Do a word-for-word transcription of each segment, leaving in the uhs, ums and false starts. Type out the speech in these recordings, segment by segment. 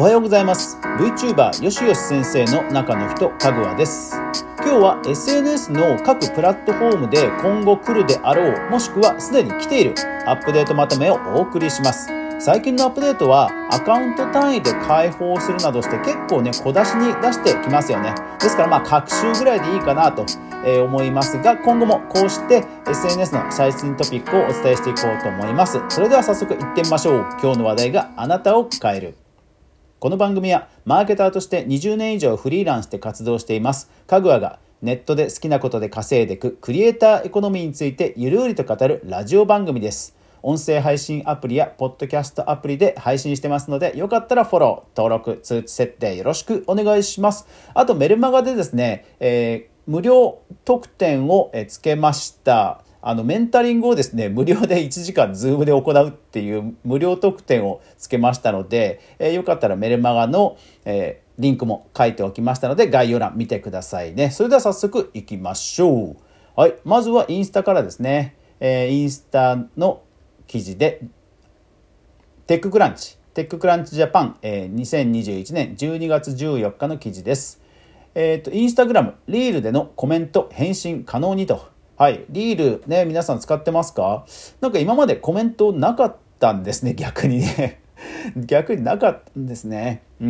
おはようございます。 VTuber よしよし先生の中の人、かぐわです。今日は エスエヌエス の各プラットフォームで今後来るであろう、もしくはすでに来ているアップデートまとめをお送りします。最近のアップデートはアカウント単位で開放するなどして結構ね小出しに出してきますよね。ですからまあ各週ぐらいでいいかなと思いますが、今後もこうして エスエヌエス の最新トピックをお伝えしていこうと思います。それでは早速いってみましょう。今日の話題があなたを変える。この番組はマーケターとしてにじゅうねん以上フリーランスで活動していますかぐわがネットで好きなことで稼いでいくクリエイターエコノミーについてゆるりと語るラジオ番組です。音声配信アプリやポッドキャストアプリで配信してますので、よかったらフォロー、登録、通知設定よろしくお願いします。あとメルマガでですね、えー、無料特典をつけました。あのメンタリングをですね無料でいちじかんズームで行うっていう無料特典をつけましたので、えー、よかったらメルマガの、えー、リンクも書いておきましたので概要欄見てくださいね。それでは早速いきましょう。はい、まずはインスタからですね、えー、インスタの記事でテッククランチテッククランチジャパン、えー、にせんにじゅういちねんじゅうにがつじゅうよっかの記事です。えーと、インスタグラムリールでのコメント返信可能にと。はい、リールね、皆さん使ってますか？なんか今までコメントなかったんですね、逆にね逆になかったんですね。うん。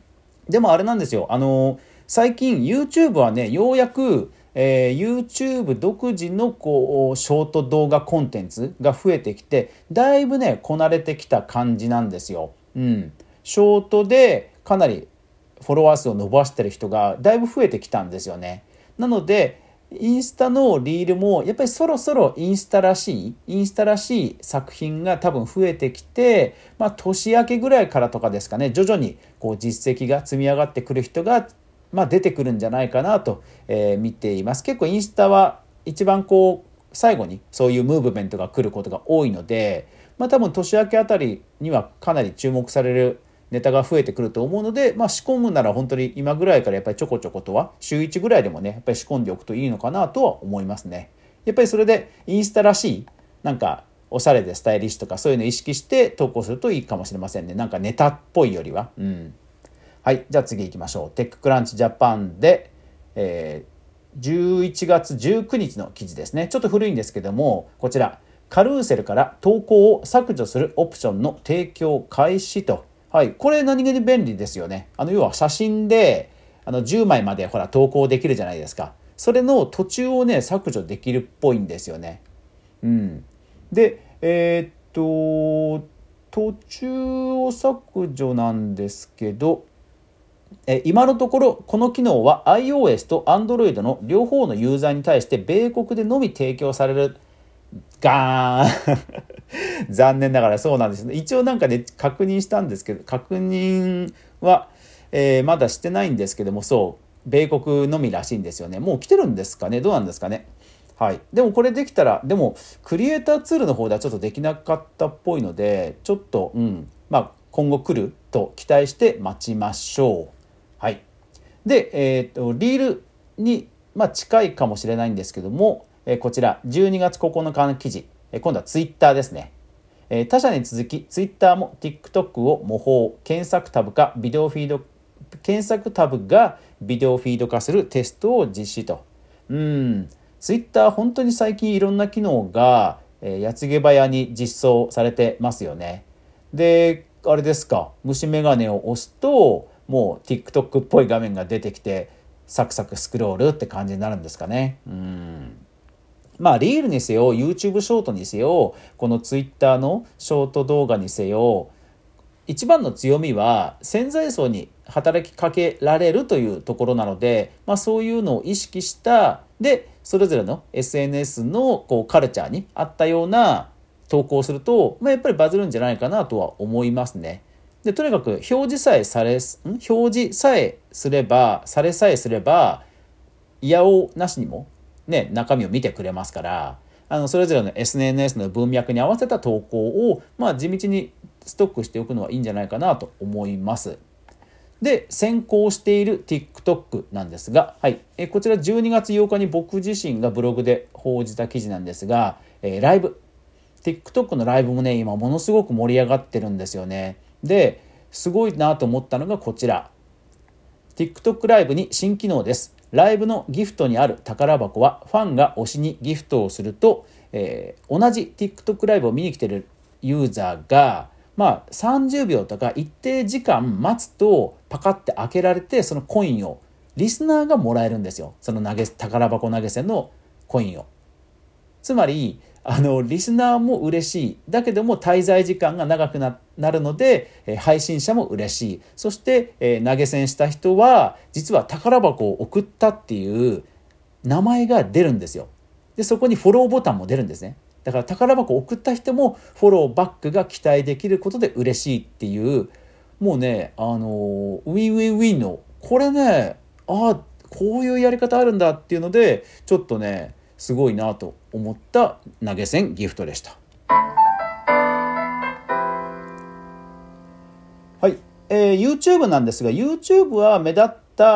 でもあれなんですよ、あの最近 YouTube はねようやく、えー、YouTube 独自のこうショート動画コンテンツが増えてきて、だいぶねこなれてきた感じなんですよ。うん。ショートでかなりフォロワー数を伸ばしてる人がだいぶ増えてきたんですよね。なのでインスタのリールもやっぱりそろそろインスタらしいインスタらしい作品が多分増えてきて、まあ、年明けぐらいからとかですかね、徐々にこう実績が積み上がってくる人が、まあ、出てくるんじゃないかなと、えー、見ています。結構インスタは一番こう最後にそういうムーブメントが来ることが多いので、まあ、多分年明けあたりにはかなり注目されるネタが増えてくると思うので、まあ、仕込むなら本当に今ぐらいからやっぱりちょこちょことは週いちぐらいでもねやっぱり仕込んでおくといいのかなとは思いますね。やっぱりそれでインスタらしいなんかおしゃれでスタイリッシュとかそういうのを意識して投稿するといいかもしれませんね。なんかネタっぽいよりは。うん。はい、じゃあ次行きましょう。テッククランチジャパンで、えー、じゅういちがつじゅうくにちの記事ですね。ちょっと古いんですけども、こちらカルーセルから投稿を削除するオプションの提供開始と。はい、これ何気に便利ですよね。あの要は写真であのじゅうまいまでほら投稿できるじゃないですか。それの途中をね削除できるっぽいんですよね。うん。で、えー、っと途中を削除なんですけど、え今のところこの機能は iOS と Android の両方のユーザーに対して米国でのみ提供される。ガーン残念ながらそうなんですね。一応なんかね確認したんですけど、確認は、えー、まだしてないんですけども、そう米国のみらしいんですよね。もう来てるんですかね、どうなんですかね。はい、でもこれできたら、でもクリエイターツールの方ではちょっとできなかったっぽいので、ちょっと、うんまあ、今後来ると期待して待ちましょう。はい、で、えー、とリールに、まあ、近いかもしれないんですけども、こちらじゅうにがつここのかの記事、今度はツイッターですね。他社に続きツイッターも TikTok を模倣、検索タブ化ビデオフィード検索タブがビデオフィード化するテストを実施と。うんツイッター本当に最近いろんな機能が矢継ぎ早に実装されてますよね。であれですか、虫眼鏡を押すともう TikTok っぽい画面が出てきてサクサクスクロールって感じになるんですかね。うんまあリールにせよ YouTube ショートにせよこの Twitter のショート動画にせよ、一番の強みは潜在層に働きかけられるというところなので、まあ、そういうのを意識したでそれぞれの エスエヌエス のこうカルチャーに合ったような投稿をすると、まあ、やっぱりバズるんじゃないかなとは思いますね。でとにかく表示さえされん表示さえすればされさえすればいやおなしにもね、中身を見てくれますから、あのそれぞれの エスエヌエス の文脈に合わせた投稿を、まあ、地道にストックしておくのはいいんじゃないかなと思います。で先行している TikTok なんですが、はい、えこちらじゅうにがつようかに僕自身がブログで報じた記事なんですが、えー、ライブ TikTok のライブもね今ものすごく盛り上がってるんですよね。ですごいなと思ったのがこちら。TikTok ライブに新機能です。ライブのギフトにある宝箱はファンが推しにギフトをすると、えー、同じ TikTok ライブを見に来ているユーザーが、まあ、さんじゅうびょうとか一定時間待つとパカッて開けられて、そのコインをリスナーがもらえるんですよ。その投げ宝箱投げ銭のコインを。つまりあのリスナーも嬉しい、だけども滞在時間が長く な, なるので、えー、配信者も嬉しい。そして、えー、投げ銭した人は実は宝箱を送ったっていう名前が出るんですよ。でそこにフォローボタンも出るんですね。だから宝箱を送った人もフォローバックが期待できることで嬉しいっていう、もうね、あのウィンウィンウィンの、これね、ああこういうやり方あるんだっていうので、ちょっとねすごいなと思った投げ銭ギフトでした。はい、えー、YouTube なんですが、 YouTube は目立った、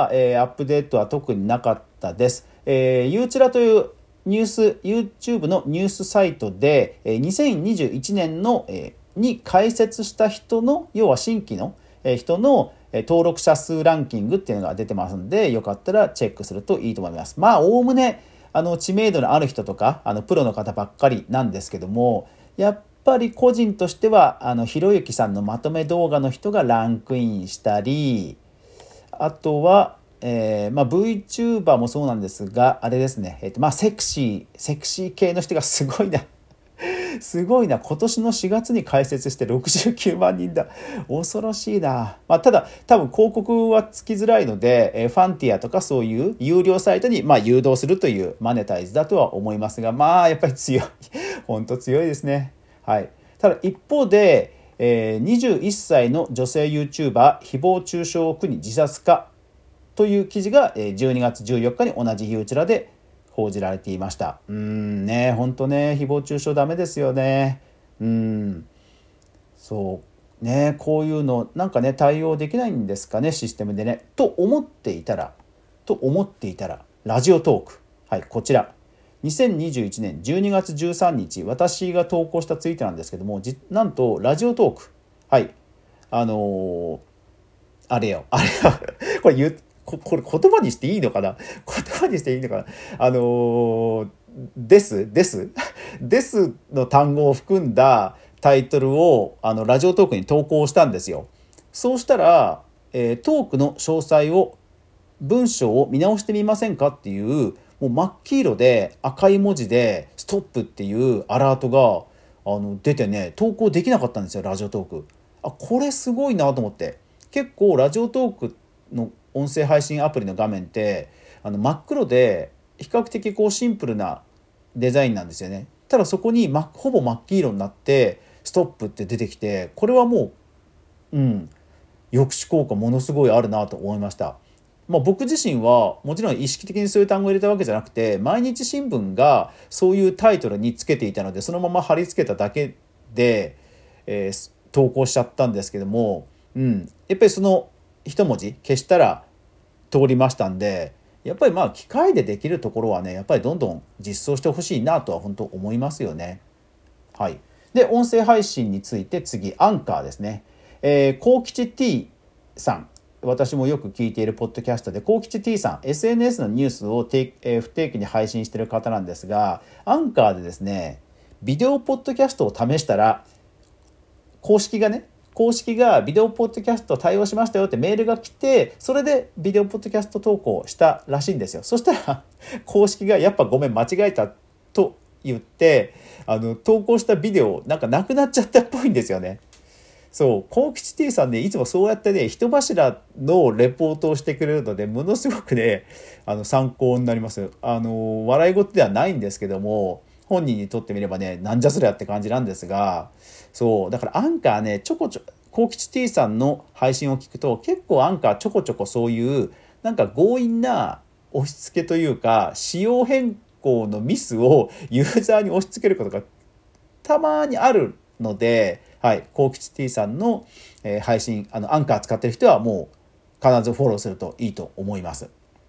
えー、アップデートは特になかったです。えー、ユーチラというニュース YouTube のニュースサイトで、えー、にせんにじゅういちねんの、えー、に開設した人の、要は新規の、えー、人の登録者数ランキングっていうのが出てますので、よかったらチェックするといいと思います。まあおおむねあの知名度のある人とかあのプロの方ばっかりなんですけども、やっぱり個人としてはあのひろゆきさんのまとめ動画の人がランクインしたり、あとは、えーまあ、VTuber もそうなんですが、あれですね、えーとまあ、セクシーセクシー系の人がすごいなすごいな、今年のしがつに開設してろくじゅうきゅうまんにんだ。恐ろしいな。まあ、ただ多分広告はつきづらいので、えー、ファンティアとかそういう有料サイトにまあ誘導するというマネタイズだとは思いますが、まあやっぱり強い本当強いですね。はい。ただ一方で、えー、にじゅういっさいの女性 YouTuber 誹謗中傷を苦に自殺かという記事がじゅうにがつじゅうよっかに同じユーチラで報じられていました。うーんね、本当ね、誹謗中傷ダメですよね。うーん、そうね、こういうのなんかね対応できないんですかね、システムでね。と思っていたらと思っていたらラジオトーク、はい、こちらにせんにじゅういちねんじゅうにがつじゅうさんにち、私が投稿したツイートなんですけども、じなんとラジオトーク、はいあのー、あれよあれよこれ言うここれ言葉にしていいのかな言葉にしていいのかなあのー、ですですですの単語を含んだタイトルをあのラジオトークに投稿したんですよ。そうしたら、えー、トークの詳細を文章を見直してみませんかっていうもう真っ黄色で赤い文字でストップっていうアラートがあの出てね、投稿できなかったんですよ、ラジオトーク。あ、これすごいなと思って。結構ラジオトークの音声配信アプリの画面ってあの真っ黒で比較的こうシンプルなデザインなんですよね。ただそこに、ま、ほぼ真っ黄色になってストップって出てきて、これはもう、うん、抑止効果ものすごいあるなと思いました。まあ、僕自身はもちろん意識的にそういう単語を入れたわけじゃなくて、毎日新聞がそういうタイトルにつけていたのでそのまま貼り付けただけで、えー、投稿しちゃったんですけども、うん、やっぱりその一文字消したら通りましたんで、やっぱりまあ機械でできるところはね、やっぱりどんどん実装してほしいなとは本当思いますよね。はい。で、音声配信について次、アンカーですね。えー、幸吉 T さん、私もよく聞いているポッドキャストで幸吉 T さん エスエヌエス のニュースをて、えー、不定期に配信している方なんですが、アンカーでですねビデオポッドキャストを試したら公式がね公式がビデオポッドキャスト対応しましたよってメールが来て、それでビデオポッドキャスト投稿したらしいんですよ。そしたら公式がやっぱごめん間違えたと言ってあの投稿したビデオなんかなくなっちゃったっぽいんですよね。そう、幸吉 T さんね、いつもそうやってね人柱のレポートをしてくれるのでものすごくねあの参考になります。あの笑い事ではないんですけども、本人にとってみればねなんじゃそりゃって感じなんですが、そうだからアンカーねちょこちょ幸吉 T さんの配信を聞くと結構アンカーちょこちょこそういうなんか強引な押し付けというか仕様変更のミスをユーザーに押し付けることがたまにあるので、はい、幸吉 T さんの、えー、配信あのアンカー使ってる人はもう必ずフォローするといいと思います。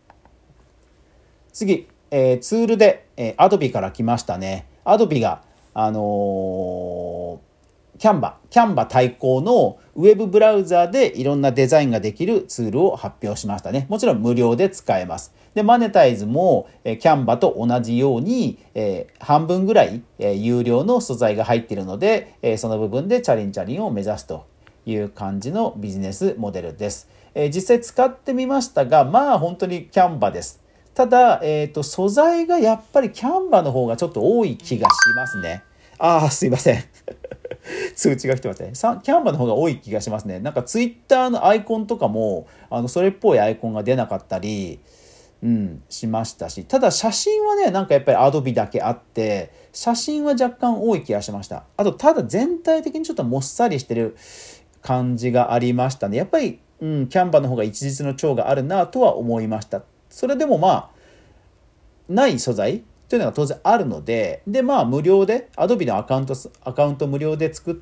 次、えー、ツールで、えー、Adobe から来ましたね。Adobe が、あのー、 キャンバ、キャンバ対抗のウェブブラウザーでいろんなデザインができるツールを発表しましたね。もちろん無料で使えます。で、マネタイズもキャンバと同じように、えー、半分ぐらい、えー、有料の素材が入っているので、えー、その部分でチャリンチャリンを目指すという感じのビジネスモデルです。えー、実際使ってみましたが、まあ本当にキャンバです。ただ、えーと、素材がやっぱりキャンバの方がちょっと多い気がしますね。ああ、すいません。通知が来てますね。キャンバの方が多い気がしますね。なんかツイッターのアイコンとかも、あの、それっぽいアイコンが出なかったり、うん、しましたし、ただ写真はね、なんかやっぱり Adobe だけあって、写真は若干多い気がしました。あと、ただ全体的にちょっともっさりしてる感じがありましたね。やっぱり、うん、キャンバの方が一日の長があるなとは思いました。それでもまあ、ない素材というのが当然あるので、で、まあ無料で、Adobe のアカウント、アカウント無料で作って、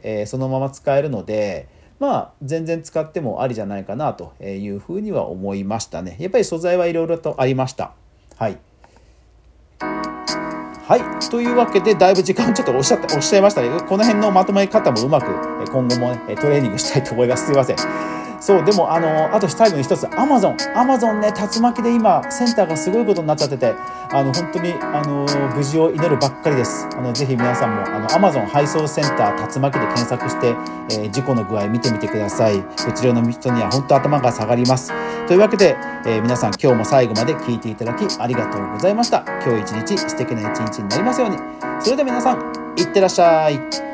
えー、そのまま使えるので、まあ全然使ってもありじゃないかなというふうには思いましたね。やっぱり素材はいろいろとありました。はい。はい。というわけで、だいぶ時間ちょっとおっしゃって、おっしゃいましたね。この辺のまとめ方もうまく、今後も、ね、トレーニングしたいと思います。すいません。そう、でも、あの、あと最後に一つ、アマゾン。アマゾンね、竜巻で今、センターがすごいことになっちゃってて、あの、本当に、あの、無事を祈るばっかりです。あの、ぜひ皆さんも、あの、アマゾン配送センター竜巻で検索して、えー、事故の具合見てみてください。うちの人には本当頭が下がります。というわけで、えー、皆さん今日も最後まで聞いていただきありがとうございました。今日一日素敵な一日になりますように。それでは皆さん、いってらっしゃい。